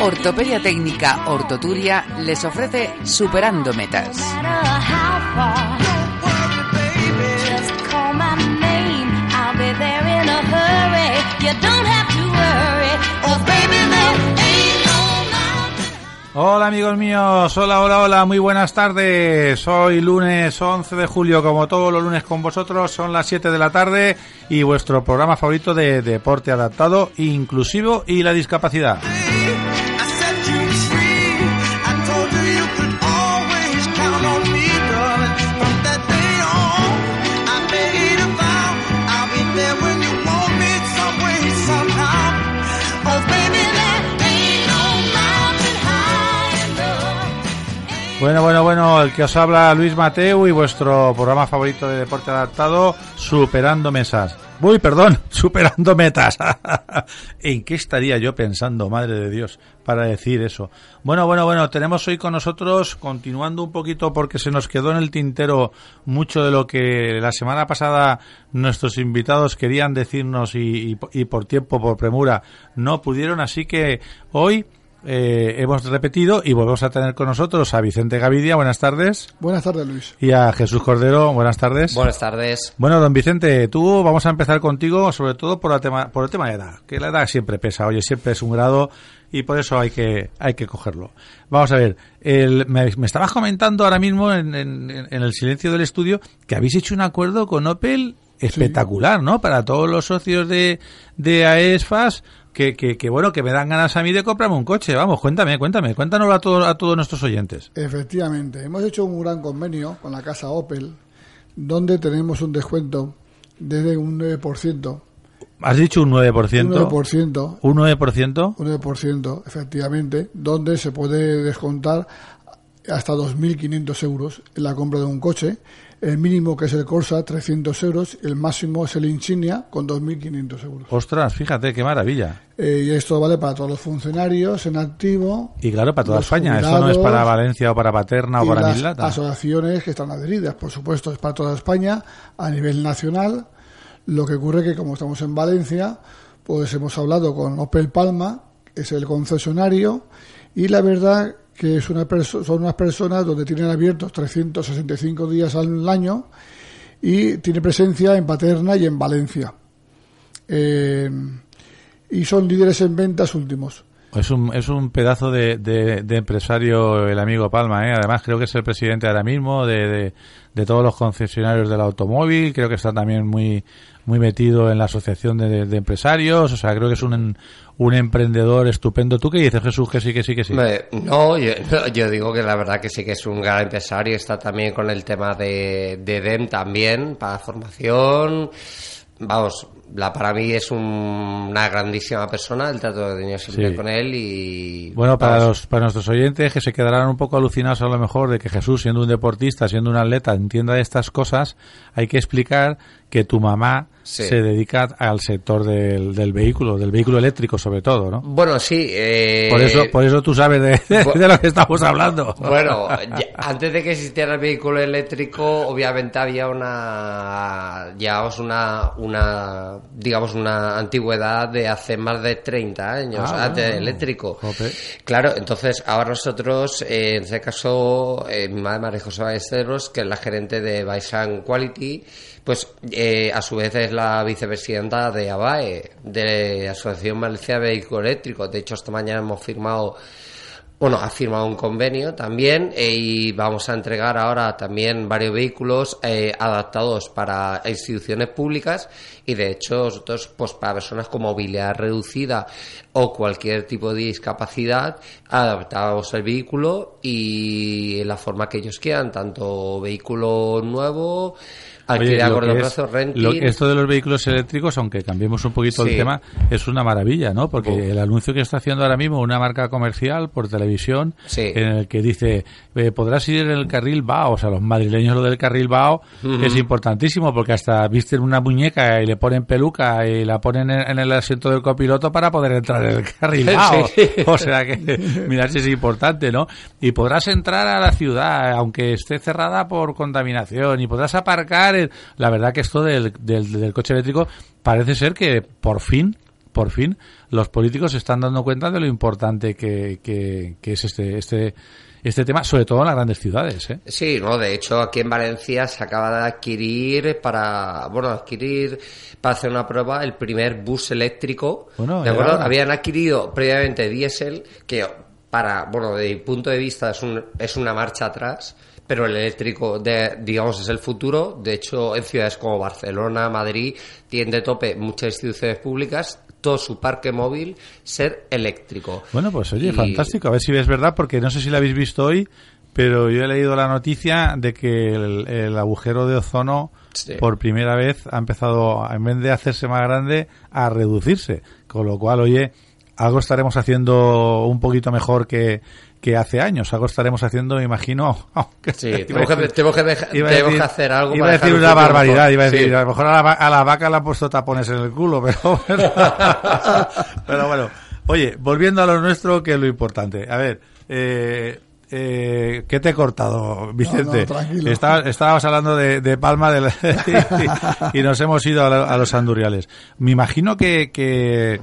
Ortopedia Técnica Ortoturia les ofrece Superando Metas. Hola amigos míos, hola, muy buenas tardes. Hoy lunes 11 de julio, como todos los lunes con vosotros, son las 7 de la tarde y vuestro programa favorito de deporte adaptado, inclusivo y la discapacidad. Bueno, el que os habla Luis Mateu y vuestro programa favorito de deporte adaptado, Superando Metas. ¿En qué estaría yo pensando, madre de Dios, para decir eso? Bueno, tenemos hoy con nosotros, continuando un poquito porque se nos quedó en el tintero mucho de lo que la semana pasada nuestros invitados querían decirnos y por tiempo, por premura, no pudieron, así que hoy hemos repetido y volvemos a tener con nosotros a Vicente Gavidia. Buenas tardes. Buenas tardes, Luis. Y a Jesús Cordero. Buenas tardes. Buenas tardes. Bueno, don Vicente, tú vamos a empezar contigo, sobre todo por el tema de edad, que la edad siempre pesa, oye, siempre es un grado y por eso hay que cogerlo. Vamos a ver, me estabas comentando ahora mismo en el silencio del estudio que habéis hecho un acuerdo con Opel espectacular, sí, ¿no? Para todos los socios de AESFAS, que bueno, que me dan ganas a mí de comprarme un coche. Vamos, cuéntanoslo a todos nuestros oyentes. Efectivamente, hemos hecho un gran convenio con la casa Opel, donde tenemos un descuento desde un 9%. ¿Has dicho un 9%? ¿Un 9%? Un 9%, efectivamente, donde se puede descontar hasta 2.500 euros en la compra de un coche. El mínimo, que es el Corsa, 300 euros. El máximo es el Insignia, con 2.500 euros. ¡Ostras! Fíjate, qué maravilla. Y esto vale para todos los funcionarios en activo. Y claro, para toda España. Esto no es para Valencia o para Paterna o para Mislata. Las asociaciones que están adheridas, por supuesto, es para toda España a nivel nacional. Lo que ocurre que, como estamos en Valencia, pues hemos hablado con Opel Palma, que es el concesionario, y la verdad que es son unas personas donde tienen abiertos 365 días al año y tiene presencia en Paterna y en Valencia. Y son líderes en ventas últimos. Es un pedazo de empresario el amigo Palma, ¿eh? Además creo que es el presidente ahora mismo de todos los concesionarios del automóvil. Creo que está también muy metido en la asociación de empresarios. O sea, creo que es un emprendedor estupendo. ¿Tú qué dices, Jesús? Que sí. No, yo digo que la verdad que sí que es un gran empresario. Está también con el tema de DEM también, para formación. Vamos, para mí es una grandísima persona, el trato que he tenido siempre con él y... Bueno, para nuestros oyentes que se quedarán un poco alucinados a lo mejor de que Jesús, siendo un deportista, siendo un atleta, entienda de estas cosas, hay que explicar que tu mamá se dedica al sector del vehículo eléctrico sobre todo, ¿no? Bueno, sí. Por eso tú sabes de lo que estamos hablando. Bueno, antes de que existiera el vehículo eléctrico, obviamente había una antigüedad de hace más de 30 años antes del eléctrico. Okay. Claro, entonces ahora nosotros, en este caso, mi madre María José Ballesteros, que es la gerente de Baisan Quality, pues a su vez es la vicepresidenta de ABAE, de Asociación Valenciana de Vehículos Eléctricos. De hecho, esta mañana ha firmado un convenio también y vamos a entregar ahora también varios vehículos adaptados para instituciones públicas y de hecho nosotros, pues para personas con movilidad reducida o cualquier tipo de discapacidad, adaptamos el vehículo y en la forma que ellos quieran, tanto vehículo nuevo, alquiler a corto plazo, renting. Esto de los vehículos eléctricos, aunque cambiemos un poquito el tema, es una maravilla, ¿no? Porque el anuncio que está haciendo ahora mismo una marca comercial por televisión, en el que dice, podrás ir en el carril BAO, o sea, los madrileños lo del carril BAO es importantísimo, porque hasta visten una muñeca y le ponen peluca y la ponen en el asiento del copiloto para poder entrar en el carril BAO. O sea que, mirad si es importante, ¿no? Y podrás entrar a la ciudad, aunque esté cerrada por contaminación, y podrás aparcar. La verdad que esto del coche eléctrico parece ser que por fin por fin los políticos se están dando cuenta de lo importante que es este tema, sobre todo en las grandes ciudades, ¿eh? Sí, no, de hecho aquí en Valencia se acaba de adquirir para hacer una prueba el primer bus eléctrico. Bueno, ¿de acuerdo? Habían adquirido previamente diésel, que desde mi punto de vista es una marcha atrás, pero el eléctrico digamos es el futuro. De hecho, en ciudades como Barcelona, Madrid, tienen de tope muchas instituciones públicas todo su parque móvil ser eléctrico. Bueno, pues oye, fantástico. A ver si es verdad, porque no sé si lo habéis visto hoy, pero yo he leído la noticia de que el agujero de ozono por primera vez ha empezado, en vez de hacerse más grande, a reducirse. Con lo cual, oye, algo estaremos haciendo un poquito mejor que hace años. Algo estaremos haciendo, me imagino. Sí, tenemos que hacer algo. Iba a decir una barbaridad. Iba a decir, a lo mejor a la vaca le han puesto tapones en el culo, pero bueno. Oye, volviendo a lo nuestro, que es lo importante. A ver, ¿qué te he cortado, Vicente? No, tranquilo. Estábamos hablando de Palma y nos hemos ido a los Andurriales. Me imagino que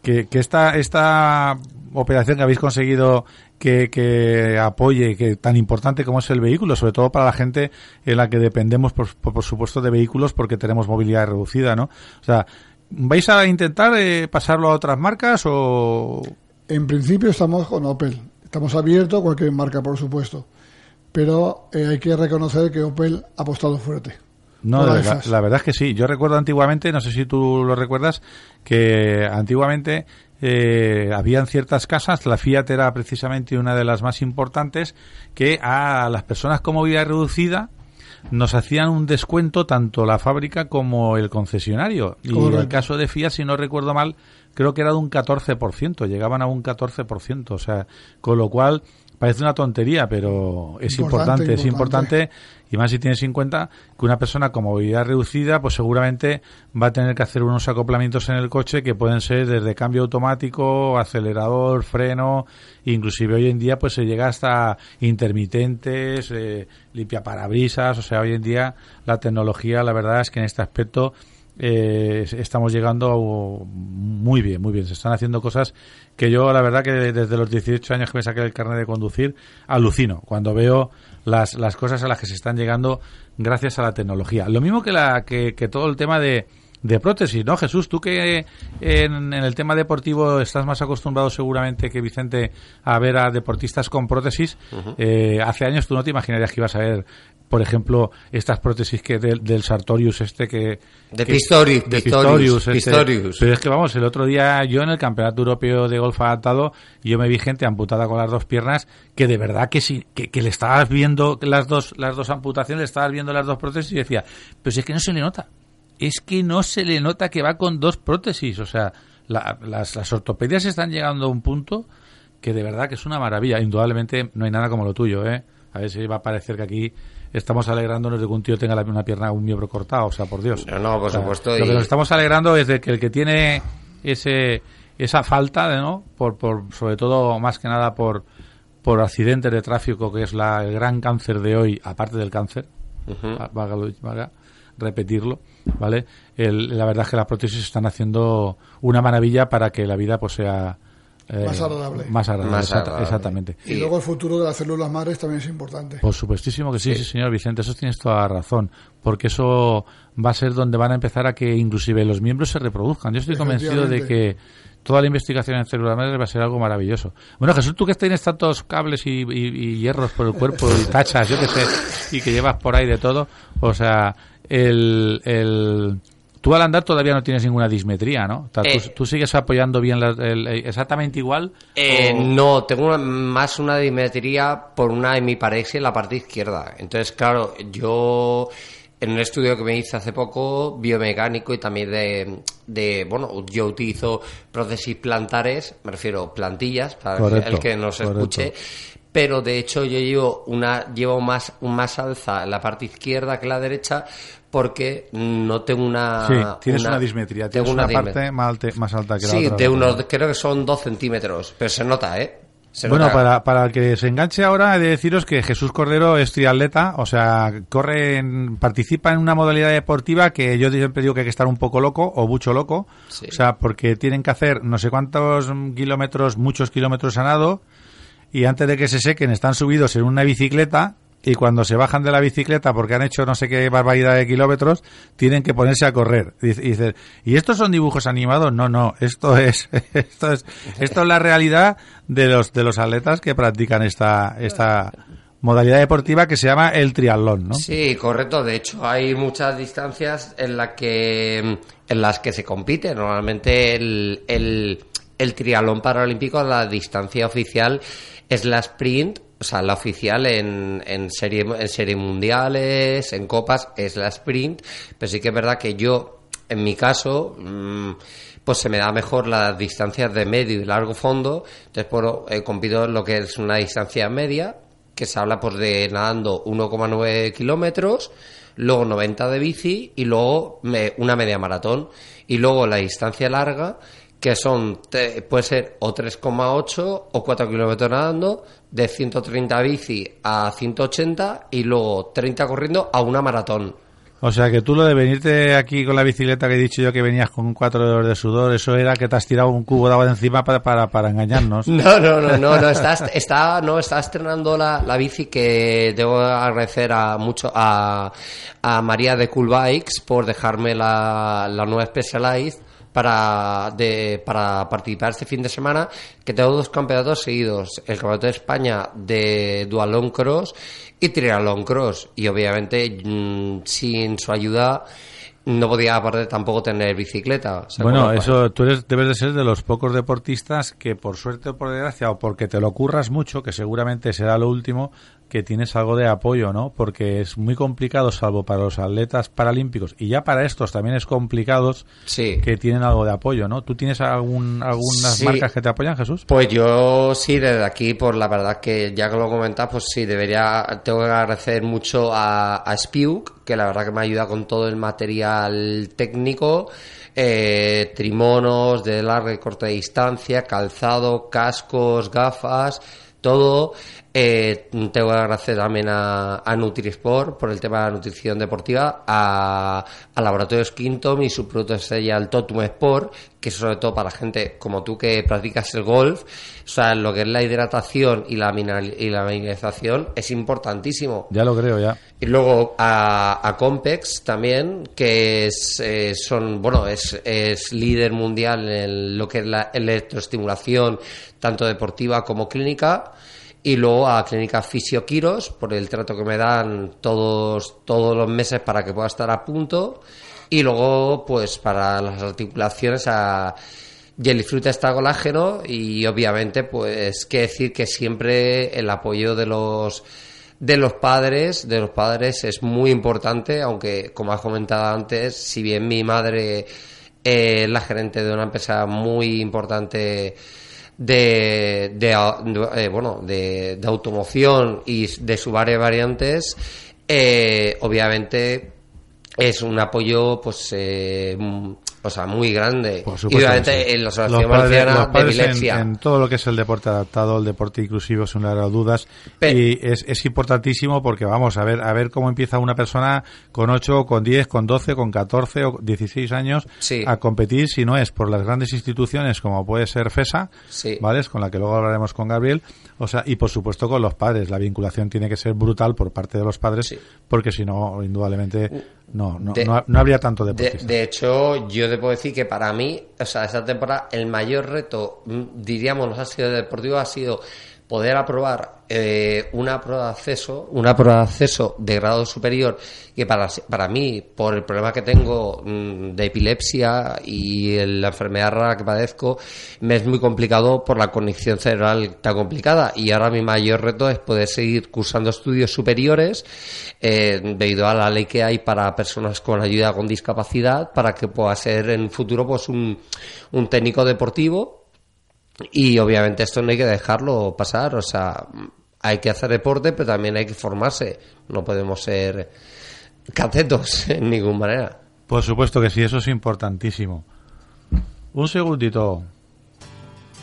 esta operación que habéis conseguido que apoye, que tan importante como es el vehículo, sobre todo para la gente en la que dependemos, por supuesto, de vehículos porque tenemos movilidad reducida, ¿no? O sea, ¿vais a intentar pasarlo a otras marcas o...? En principio estamos con Opel. Estamos abiertos a cualquier marca, por supuesto. Pero hay que reconocer que Opel ha apostado fuerte. No, la verdad es que sí. Yo recuerdo antiguamente, no sé si tú lo recuerdas, que antiguamente habían ciertas casas, la Fiat era precisamente una de las más importantes, que a las personas con movilidad reducida nos hacían un descuento tanto la fábrica como el concesionario. Y en el caso de Fiat, si no recuerdo mal, creo que era de un 14%, llegaban a un 14%, o sea, con lo cual parece una tontería, pero es importante, y más si tienes en cuenta que una persona con movilidad reducida pues seguramente va a tener que hacer unos acoplamientos en el coche que pueden ser desde cambio automático, acelerador, freno, inclusive hoy en día pues se llega hasta intermitentes, limpiaparabrisas, o sea, hoy en día la tecnología, la verdad es que en este aspecto estamos llegando muy bien, se están haciendo cosas que yo la verdad que desde los 18 años que me saqué el carnet de conducir alucino cuando veo las cosas a las que se están llegando gracias a la tecnología. Lo mismo que todo el tema de prótesis, ¿no, Jesús? Tú que en el tema deportivo estás más acostumbrado seguramente que Vicente a ver a deportistas con prótesis. Uh-huh. Hace años tú no te imaginarías que ibas a ver, por ejemplo, estas prótesis del Sartorius Pistorius. Pero es que vamos, el otro día yo en el Campeonato Europeo de Golf Adaptado yo me vi gente amputada con las dos piernas que de verdad que sí, que le estabas viendo las dos amputaciones, le estabas viendo las dos prótesis y decía, pero si es que no se le nota. Es que no se le nota que va con dos prótesis. O sea, las ortopedias están llegando a un punto que de verdad que es una maravilla. Indudablemente no hay nada como lo tuyo, ¿eh? A ver si va a parecer que aquí estamos alegrándonos de que un tío tenga una pierna, un miembro cortado. O sea, por Dios. No, por supuesto. Lo que nos estamos alegrando es de que el que tiene esa falta, ¿no? Sobre todo, más que nada, por accidentes de tráfico, que es el gran cáncer de hoy, aparte del cáncer. Uh-huh. Repetirlo, ¿vale? La verdad es que las prótesis están haciendo una maravilla para que la vida pues sea más agradable. Más agradable. Exactamente. Y luego el futuro de las células madres también es importante. Por supuestísimo que sí, señor Vicente, eso tienes toda la razón, porque eso va a ser donde van a empezar a que inclusive los miembros se reproduzcan. Yo estoy convencido de que toda la investigación en células madres va a ser algo maravilloso. Bueno, Jesús, tú que tienes tantos cables y hierros por el cuerpo y tachas, yo que sé, y que llevas por ahí de todo, o sea, tú al andar todavía no tienes ninguna dismetría, ¿no? O sea, ¿tú sigues apoyando bien exactamente igual? No, tengo más una dismetría por una hemiparexia en la parte izquierda. Entonces, claro, yo en un estudio que me hice hace poco, biomecánico y también yo utilizo prótesis plantares, me refiero plantillas, para el que nos escuche. Pero de hecho yo llevo más alza en la parte izquierda que la derecha porque no tengo una... Sí, tienes una dismetría, tienes una parte más alta que la otra. Sí, creo que son 2 centímetros, pero se nota, ¿eh? Bueno, para el que se enganche ahora, he de deciros que Jesús Cordero es triatleta, o sea, participa en una modalidad deportiva que yo siempre digo que hay que estar un poco loco o mucho loco, o sea, porque tienen que hacer no sé cuántos kilómetros, muchos kilómetros a nado, y antes de que se sequen están subidos en una bicicleta. Y cuando se bajan de la bicicleta porque han hecho no sé qué barbaridad de kilómetros, tienen que ponerse a correr. Y dices, ¿y estos son dibujos animados? No, esto es la realidad de los atletas que practican esta modalidad deportiva que se llama el triatlón, ¿no? Sí, correcto. De hecho, hay muchas distancias en las que se compite. Normalmente el triatlón paralímpico, la distancia oficial es la sprint. O sea, la oficial en series mundiales, en copas, es la sprint. Pero sí que es verdad que yo, en mi caso, pues se me da mejor las distancias de medio y largo fondo. Entonces, compito en lo que es una distancia media, que se habla pues de nadando 1,9 kilómetros, luego 90 de bici y luego una media maratón. Y luego la distancia larga, que puede ser o 3,8 o 4 kilómetros nadando, de 130 bici a 180 y luego 30 corriendo a una maratón. O sea que tú lo de venirte aquí con la bicicleta que he dicho yo que venías con 4 dedos de sudor, eso era que te has tirado un cubo de agua de encima para engañarnos. No, está estrenando la bici, que debo agradecer mucho a María de Cool Bikes por dejarme la nueva Specialized para participar este fin de semana, que tengo 2 campeonatos seguidos, el campeonato de España de dualón cross y triatlón cross, y obviamente sin su ayuda no podía aparte tampoco tener bicicleta. O sea, bueno, eso tú debes de ser de los pocos deportistas que por suerte o por desgracia o porque te lo curras mucho, que seguramente será lo último, que tienes algo de apoyo, ¿no? Porque es muy complicado, salvo para los atletas paralímpicos, y ya para estos también es complicado, que tienen algo de apoyo, ¿no? ¿Tú tienes algunas marcas que te apoyan, Jesús? Pues yo sí, desde aquí, por la verdad que ya que lo comentas, pues sí, tengo que agradecer mucho a Spiuk, que la verdad que me ayuda con todo el material técnico, trimonos de larga y corta distancia, calzado, cascos, gafas, todo. Tengo que agradecer también a Nutrisport por el tema de la nutrición deportiva, a Laboratorios Quintom y su producto estrella, el Totum Sport, que sobre todo para la gente como tú que practicas el golf, o sea, lo que es la hidratación y la mineralización es importantísimo. Ya lo creo, ya. Y luego a Compex también, que es líder mundial en lo que es la electroestimulación, tanto deportiva como clínica. Y luego a Clínica Fisioquiros, por el trato que me dan todos los meses para que pueda estar a punto. Y luego, pues para las articulaciones a Jellyfruit Extra Colágeno. Y obviamente, pues, que decir que siempre el apoyo de los padres es muy importante, aunque, como has comentado antes, si bien mi madre es la gerente de una empresa muy importante de automoción y de sus varias variantes, obviamente es un apoyo muy grande. Por supuesto, y obviamente en la Asociación Valenciana de Epilepsia, en todo lo que es el deporte adaptado, el deporte inclusivo, sin lugar a dudas, y es importantísimo porque vamos a ver cómo empieza una persona con 8, con 10, con 12, con 14 o 16 años a competir, si no es por las grandes instituciones como puede ser FESA, ¿vale? Con la que luego hablaremos con Gabriel, o sea, y por supuesto con los padres. La vinculación tiene que ser brutal por parte de los padres, porque si no, indudablemente no habría tanto deportista. De hecho, yo te puedo decir que para mí, o sea, esta temporada el mayor reto, diríamos, nos ha sido deportivo, ha sido poder aprobar una prueba de acceso de grado superior, que para mí, por el problema que tengo de epilepsia y la enfermedad rara que padezco, me es muy complicado por la condición cerebral tan complicada, y ahora mi mayor reto es poder seguir cursando estudios superiores debido a la ley que hay para personas con ayuda con discapacidad, para que pueda ser en futuro pues un técnico deportivo. Y obviamente esto no hay que dejarlo pasar, o sea, hay que hacer deporte, pero también hay que formarse, no podemos ser catetos en ninguna manera. Por supuesto que sí, eso es importantísimo. Un segundito.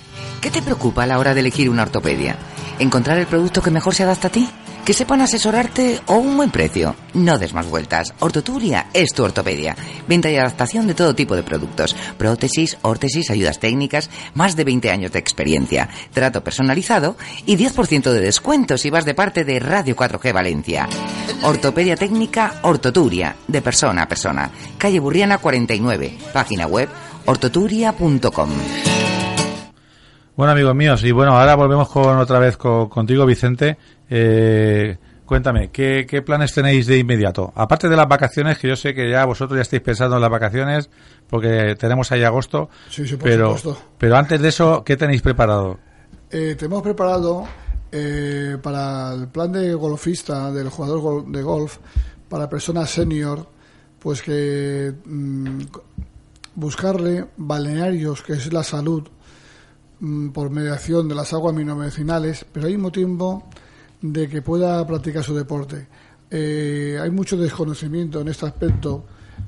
¿Qué te preocupa a la hora de elegir una ortopedia? ¿Encontrar el producto que mejor se adapta a ti? ¿Que sepan asesorarte o un buen precio? No des más vueltas. Ortoturia es tu ortopedia. Venta y adaptación de todo tipo de productos. Prótesis, órtesis, ayudas técnicas, más de 20 años de experiencia. Trato personalizado y 10% de descuento si vas de parte de Radio 4G Valencia. Ortopedia técnica Ortoturia, de persona a persona. Calle Burriana 49. Página web ortoturia.com. Bueno, amigos míos, y bueno, ahora volvemos otra vez contigo, Vicente. Cuéntame, ¿qué planes tenéis de inmediato? Aparte de las vacaciones, que yo sé que ya vosotros ya estáis pensando en las vacaciones, porque tenemos ahí agosto. Sí, por supuesto. Pero antes de eso, ¿qué tenéis preparado? Tenemos preparado para el plan de golfista, del jugador de golf, para personas senior, pues que buscarle balnearios, que es la salud, por mediación de las aguas minomedicinales, pero al mismo tiempo de que pueda practicar su deporte. Hay mucho desconocimiento en este aspecto,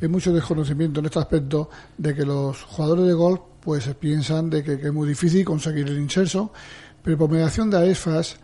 de que los jugadores de golf pues piensan de que es muy difícil conseguir el inserso, pero por mediación de AESFAS,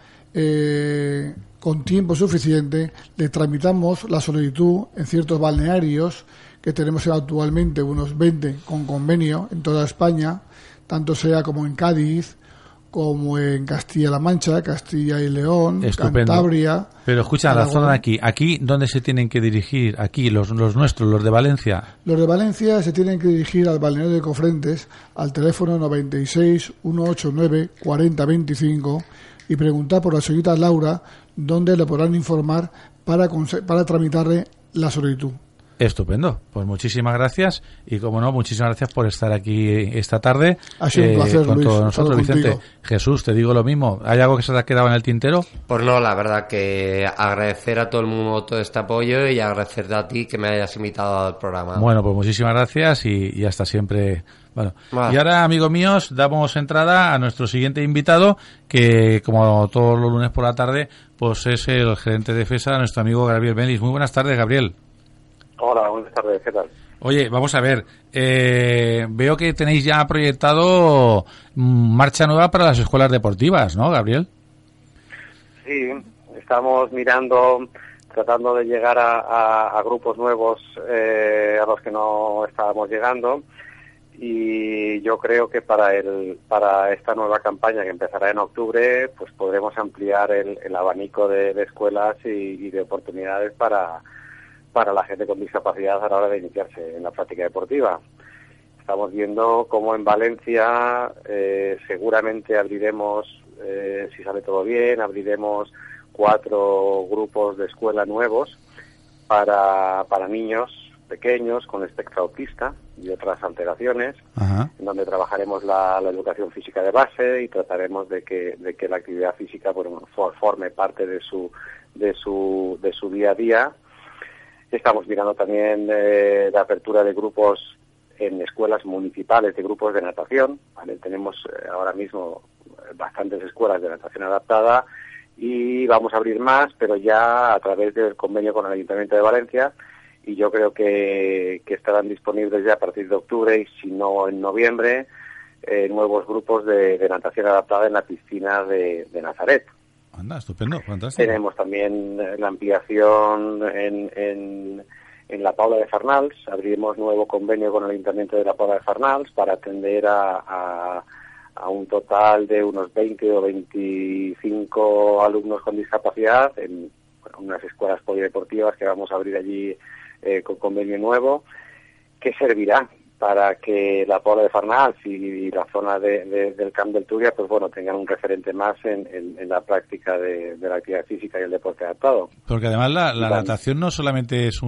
con tiempo suficiente, le tramitamos la solicitud en ciertos balnearios que tenemos actualmente, unos 20 con convenio en toda España, tanto sea como en Cádiz, como en Castilla-La Mancha, Castilla y León, Estupendo. Cantabria. Pero escucha, la zona de aquí, ¿dónde se tienen que dirigir? Aquí, los nuestros, los de Valencia. Los de Valencia se tienen que dirigir al balneario de Cofrentes, al teléfono 96 189 4025 y preguntar por la señorita Laura, donde le podrán informar para tramitarle la solicitud. Estupendo, pues muchísimas gracias y como no, muchísimas gracias por estar aquí esta tarde. Ha sido un placer, con Luis, todos nosotros, Vicente. Contigo. Jesús, te digo lo mismo. ¿Hay algo que se te ha quedado en el tintero? Pues no, la verdad que agradecer a todo el mundo todo este apoyo y agradecerte a ti que me hayas invitado al programa. Bueno, pues muchísimas gracias y hasta siempre. Bueno, vale. Y ahora, amigos míos, damos entrada a nuestro siguiente invitado, que como todos los lunes por la tarde, pues es el gerente de FESA, nuestro amigo Gabriel Melis. Muy buenas tardes, Gabriel. Hola, buenas tardes, ¿qué tal? Oye, vamos a ver, veo que tenéis ya proyectado marcha nueva para las escuelas deportivas, ¿no, Gabriel? Sí, estamos mirando, tratando de llegar a grupos nuevos a los que no estábamos llegando, y yo creo que para esta nueva campaña que empezará en octubre, pues podremos ampliar el abanico de escuelas y de oportunidades para la gente con discapacidad a la hora de iniciarse en la práctica deportiva. Estamos viendo cómo en Valencia seguramente abriremos, si sale todo bien, abriremos 4 grupos de escuela nuevos para niños pequeños con espectro autista y otras alteraciones. Ajá. En donde trabajaremos la educación física de base y trataremos de que la actividad física forme parte de su día a día. Estamos mirando también la apertura de grupos en escuelas municipales, de grupos de natación, ¿vale? Tenemos ahora mismo bastantes escuelas de natación adaptada y vamos a abrir más, pero ya a través del convenio con el Ayuntamiento de Valencia, y yo creo que estarán disponibles ya a partir de octubre y si no en noviembre nuevos grupos de natación adaptada en la piscina de Nazaret. Anda, estupendo, fantástico. Tenemos también la ampliación en La Paula de Farnals. Abriremos nuevo convenio con el Ayuntamiento de La Paula de Farnals para atender a un total de unos 20 o 25 alumnos con discapacidad en unas escuelas polideportivas que vamos a abrir allí con convenio nuevo, que servirá para que La Paula de Farnals y la zona del Camp del Túria, pues bueno, tengan un referente más en la práctica de la actividad física y el deporte adaptado. Porque además la natación no solamente es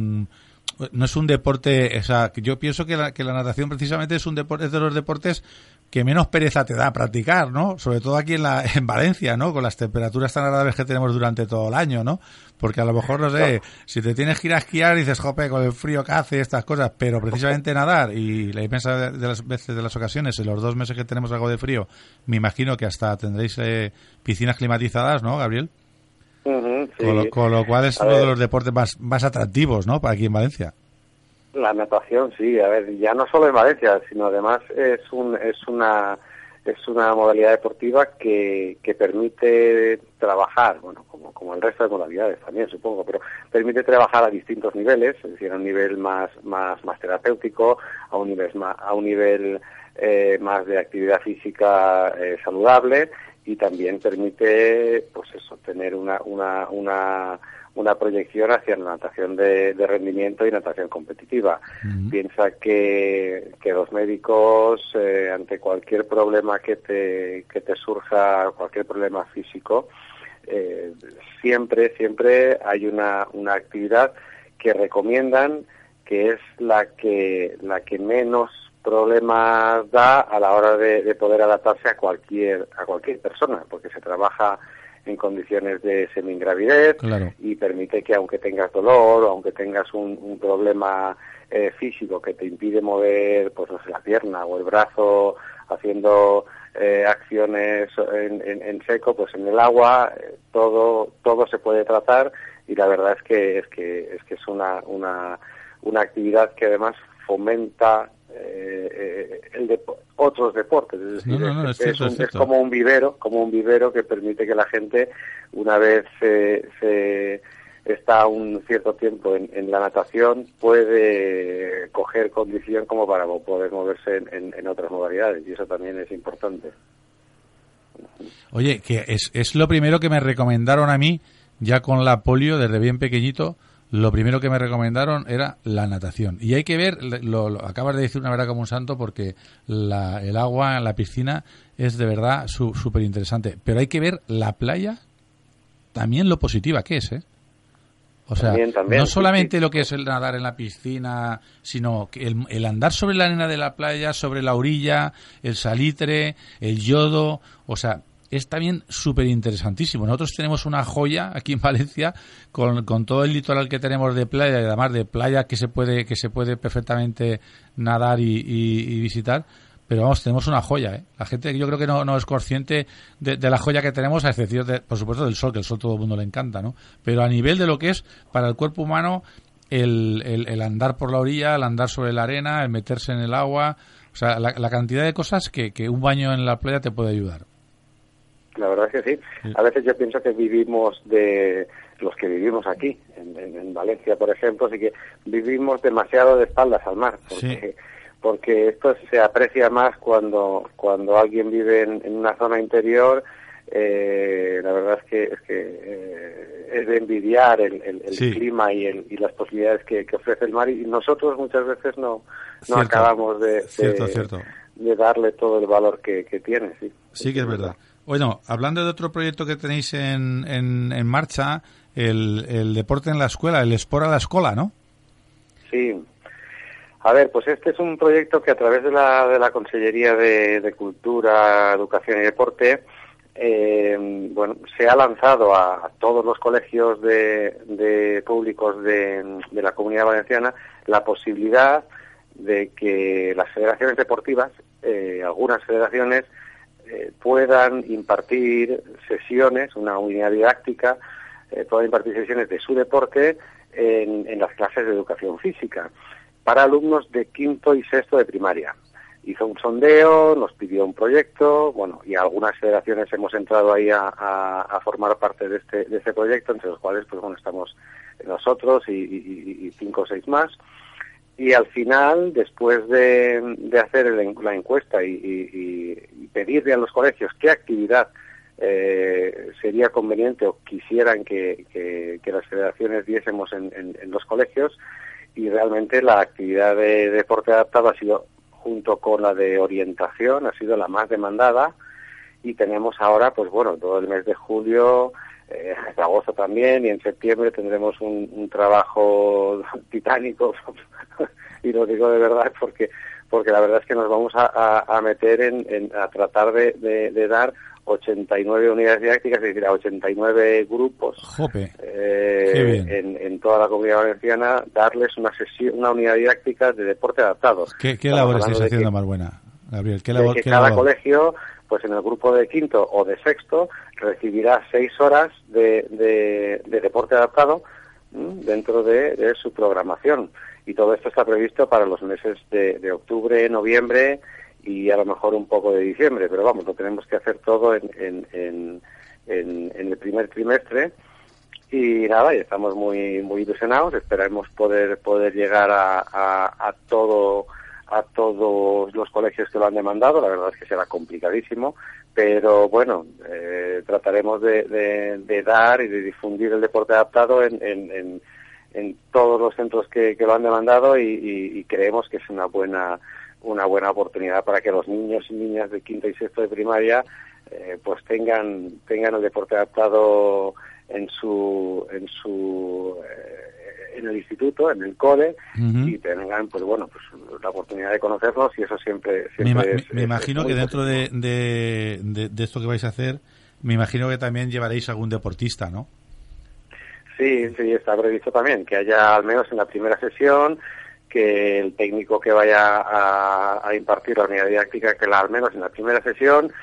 no es un deporte, o sea, yo pienso que la natación precisamente es de los deportes que menos pereza te da practicar, ¿no? Sobre todo aquí en Valencia, ¿no? Con las temperaturas tan agradables que tenemos durante todo el año, ¿no? Porque a lo mejor, no sé, si te tienes que ir a esquiar dices, jope, con el frío que hace, estas cosas, pero precisamente nadar, y la inmensa de las veces de las ocasiones, en los 2 meses que tenemos algo de frío, me imagino que hasta tendréis piscinas climatizadas, ¿no, Gabriel? Uh-huh, sí. Con lo cual es uno de los deportes más atractivos, ¿no? Para aquí en Valencia. La natación, sí. A ver, ya no solo en Valencia, sino además es es una modalidad deportiva que permite trabajar, bueno, como el resto de modalidades también, supongo, pero permite trabajar a distintos niveles, es decir, a un nivel más terapéutico, a un nivel más de actividad física saludable, y también permite, pues eso, tener una proyección hacia la natación de rendimiento y natación competitiva. Piensa que los médicos, ante cualquier problema que te surja, cualquier problema físico, siempre hay una actividad que recomiendan, que es la que menos problemas da a la hora de poder adaptarse a cualquier persona, porque se trabaja en condiciones de semi-ingravidez, claro, y permite que, aunque tengas dolor o aunque tengas un problema físico que te impide mover, pues no sé, la pierna o el brazo haciendo acciones en seco, pues en el agua todo se puede tratar, y la verdad es que es una actividad que además fomenta otros deportes, es decir, es como un vivero que permite que la gente, una vez se está un cierto tiempo en la natación, puede coger condición como para poder moverse en otras modalidades, y eso también es importante. Oye, que es lo primero que me recomendaron a mí, ya con la polio, desde bien pequeñito. Lo primero que me recomendaron era la natación. Y hay que ver, lo acabas de decir una verdad como un santo, porque el agua en la piscina es de verdad súper interesante. Pero hay que ver la playa, también lo positiva que es, ¿eh? O sea, también, no solamente lo que es el nadar en la piscina, sino que el andar sobre la arena de la playa, sobre la orilla, el salitre, el yodo, o sea, es también súper interesantísimo. Nosotros tenemos una joya aquí en Valencia con todo el litoral que tenemos de playa, y además de playa que se puede perfectamente nadar y visitar. Pero vamos, tenemos una joya, ¿eh? La gente, yo creo que no es consciente de la joya que tenemos, a excepción por supuesto, del sol, que el sol todo el mundo le encanta, ¿no? Pero a nivel de lo que es para el cuerpo humano el andar por la orilla, el andar sobre la arena, el meterse en el agua, o sea, la cantidad de cosas que un baño en la playa te puede ayudar. La verdad es que sí. A veces yo pienso que los que vivimos aquí, en Valencia, por ejemplo, sí que vivimos demasiado de espaldas al mar, porque esto se aprecia más cuando alguien vive en una zona interior. La verdad es que es de envidiar el clima y las posibilidades que ofrece el mar, y nosotros muchas veces no acabamos de darle todo el valor que tiene. Sí que es verdad. Bueno, hablando de otro proyecto que tenéis en marcha, el deporte en la escuela, el Esport a la escuela, ¿no? Sí. A ver, pues este es un proyecto que a través de la Consellería de Cultura, Educación y Deporte, se ha lanzado a todos los colegios de públicos de la Comunidad Valenciana la posibilidad de que las federaciones deportivas, algunas federaciones, puedan impartir sesiones, una unidad didáctica, puedan impartir sesiones de su deporte en las clases de educación física para alumnos de quinto y sexto de primaria. Hizo un sondeo, nos pidió un proyecto, y algunas federaciones hemos entrado ahí a formar parte de este proyecto, entre los cuales estamos nosotros y 5 o 6 más. Y al final, después de hacer la encuesta y pedirle a los colegios qué actividad sería conveniente o quisieran que las federaciones diésemos en los colegios, y realmente la actividad de deporte adaptado ha sido, junto con la de orientación, ha sido la más demandada, y tenemos ahora, todo el mes de julio, de agosto también, y en septiembre tendremos un trabajo titánico, y lo digo de verdad porque la verdad es que nos vamos a meter a tratar de dar 89 unidades didácticas, es decir, a 89 grupos en toda la Comunidad Valenciana, darles una unidad didáctica de deporte adaptado. ¿Qué labor estáis haciendo más buena, Gabriel? Cada colegio, en el grupo de quinto o de sexto, recibirá 6 horas de deporte adaptado dentro de su programación. Y todo esto está previsto para los meses de octubre, noviembre y a lo mejor un poco de diciembre, pero vamos, lo tenemos que hacer todo en el primer trimestre. Y nada, y estamos muy ilusionados, esperamos poder llegar a todos los colegios que lo han demandado. La verdad es que será complicadísimo, pero bueno, trataremos de dar y de difundir el deporte adaptado en todos los centros que lo han demandado, y creemos que es una buena oportunidad para que los niños y niñas de quinto y sexto de primaria pues tengan el deporte adaptado en el instituto, en el cole, y tengan pues la oportunidad de conocerlos, y eso siempre me imagino que dentro de esto que vais a hacer, me imagino que también llevaréis algún deportista, ¿no? Sí, está previsto también que haya, al menos en la primera sesión, que el técnico que vaya a impartir la unidad didáctica, que al menos en la primera sesión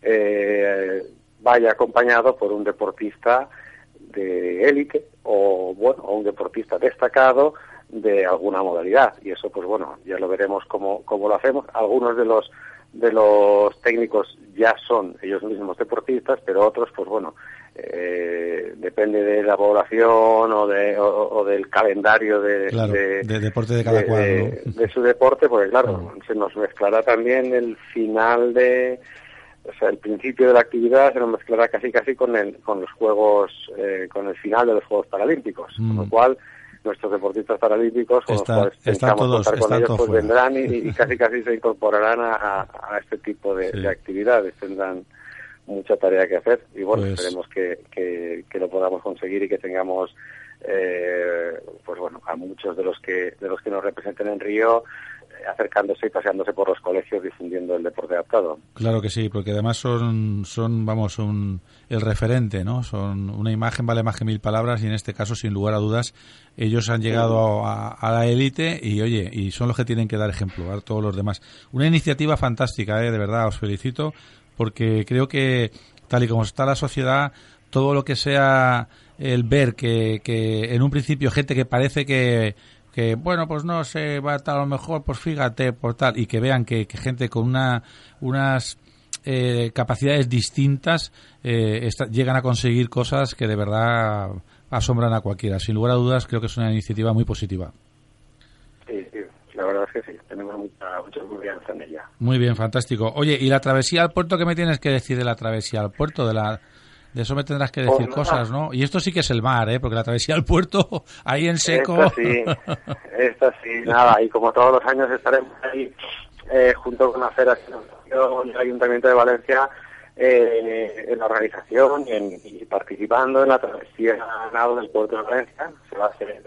vaya acompañado por un deportista de élite o un deportista destacado de alguna modalidad, y eso pues ya lo veremos cómo lo hacemos. Algunos de los técnicos ya son ellos mismos deportistas, pero otros pues depende de la población o del calendario de deporte de cada cual, ¿no? De su deporte, porque se nos mezclará también el final el principio de la actividad se nos mezclará casi con los juegos, con el final de los Juegos Paralímpicos, con lo cual nuestros deportistas paralímpicos, con los cuales pensamos contar con ellos, pues vendrán y casi se incorporarán a este tipo de actividades. Tendrán mucha tarea que hacer, y esperemos que lo podamos conseguir, y que tengamos a muchos de los que nos representen en Río acercándose y paseándose por los colegios difundiendo el deporte adaptado. Claro que sí, porque además son el referente, ¿no? Son una imagen vale más que 1000 palabras, y en este caso, sin lugar a dudas, ellos han llegado a la élite, y son los que tienen que dar ejemplo a todos los demás. Una iniciativa fantástica, de verdad, os felicito, porque creo que tal y como está la sociedad, todo lo que sea el ver que en un principio gente que parece que pues no se va a estar a lo mejor, pues fíjate, por tal, y que vean que gente con unas capacidades distintas llegan a conseguir cosas que de verdad asombran a cualquiera. Sin lugar a dudas, creo que es una iniciativa muy positiva. Sí, la verdad es que sí, tenemos mucha confianza en ella. Muy bien, fantástico. Oye, ¿y la travesía al puerto? ¿Qué me tienes que decir de la travesía al puerto? De eso me tendrás que decir cosas, ¿no? Y esto sí que es el mar, porque la travesía al puerto, ahí en seco... Esta sí, nada, y como todos los años estaremos ahí junto con la Federación y el Ayuntamiento de Valencia en la organización y participando en la travesía nado del puerto de Valencia. Se va a hacer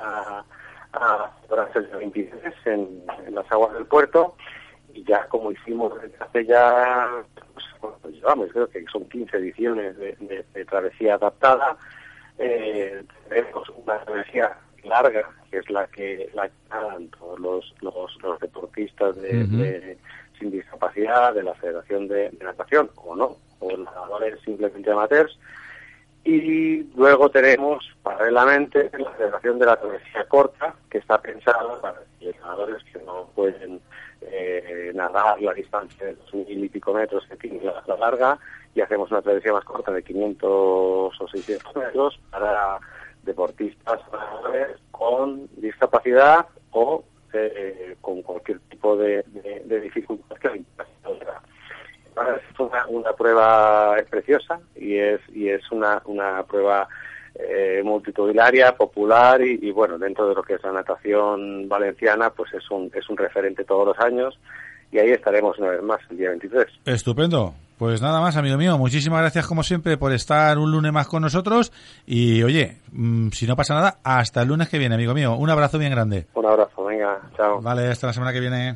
el 23 en las aguas del puerto, y ya como hicimos hace ya... pues llevamos, creo que son 15 ediciones de travesía adaptada. Tenemos una travesía larga, que es la que hagan todos los deportistas sin discapacidad de la Federación de Natación, o nadadores simplemente amateurs. Y luego tenemos paralelamente la Federación de la Travesía Corta, que está pensada para los nadadores que no pueden nadar la distancia de 2.000 y pico metros que tiene la larga, y hacemos una travesía más corta de 500 o 600 metros para deportistas con discapacidad o con cualquier tipo de dificultad que la discapacidad. Es una prueba preciosa, y es una prueba multitudinaria, popular, y bueno, dentro de lo que es la natación valenciana, pues es un referente todos los años, y ahí estaremos una vez más el día 23. Estupendo. Pues nada más, amigo mío, muchísimas gracias como siempre por estar un lunes más con nosotros, y oye, si no pasa nada, hasta el lunes que viene, amigo mío. Un abrazo bien grande. Un abrazo, venga, chao. Vale, hasta la semana que viene.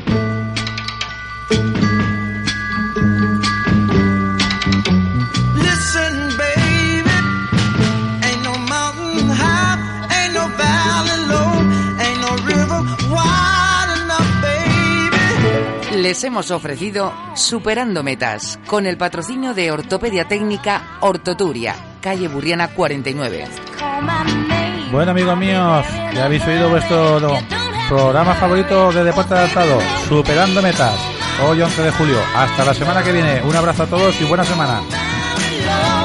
Les hemos ofrecido Superando Metas, con el patrocinio de Ortopedia Técnica Ortoturia, calle Burriana 49. Bueno, amigos míos, ya habéis oído vuestro programa favorito de deporte adaptado, Superando Metas. hoy 11 de julio. Hasta la semana que viene. Un abrazo a todos y buena semana.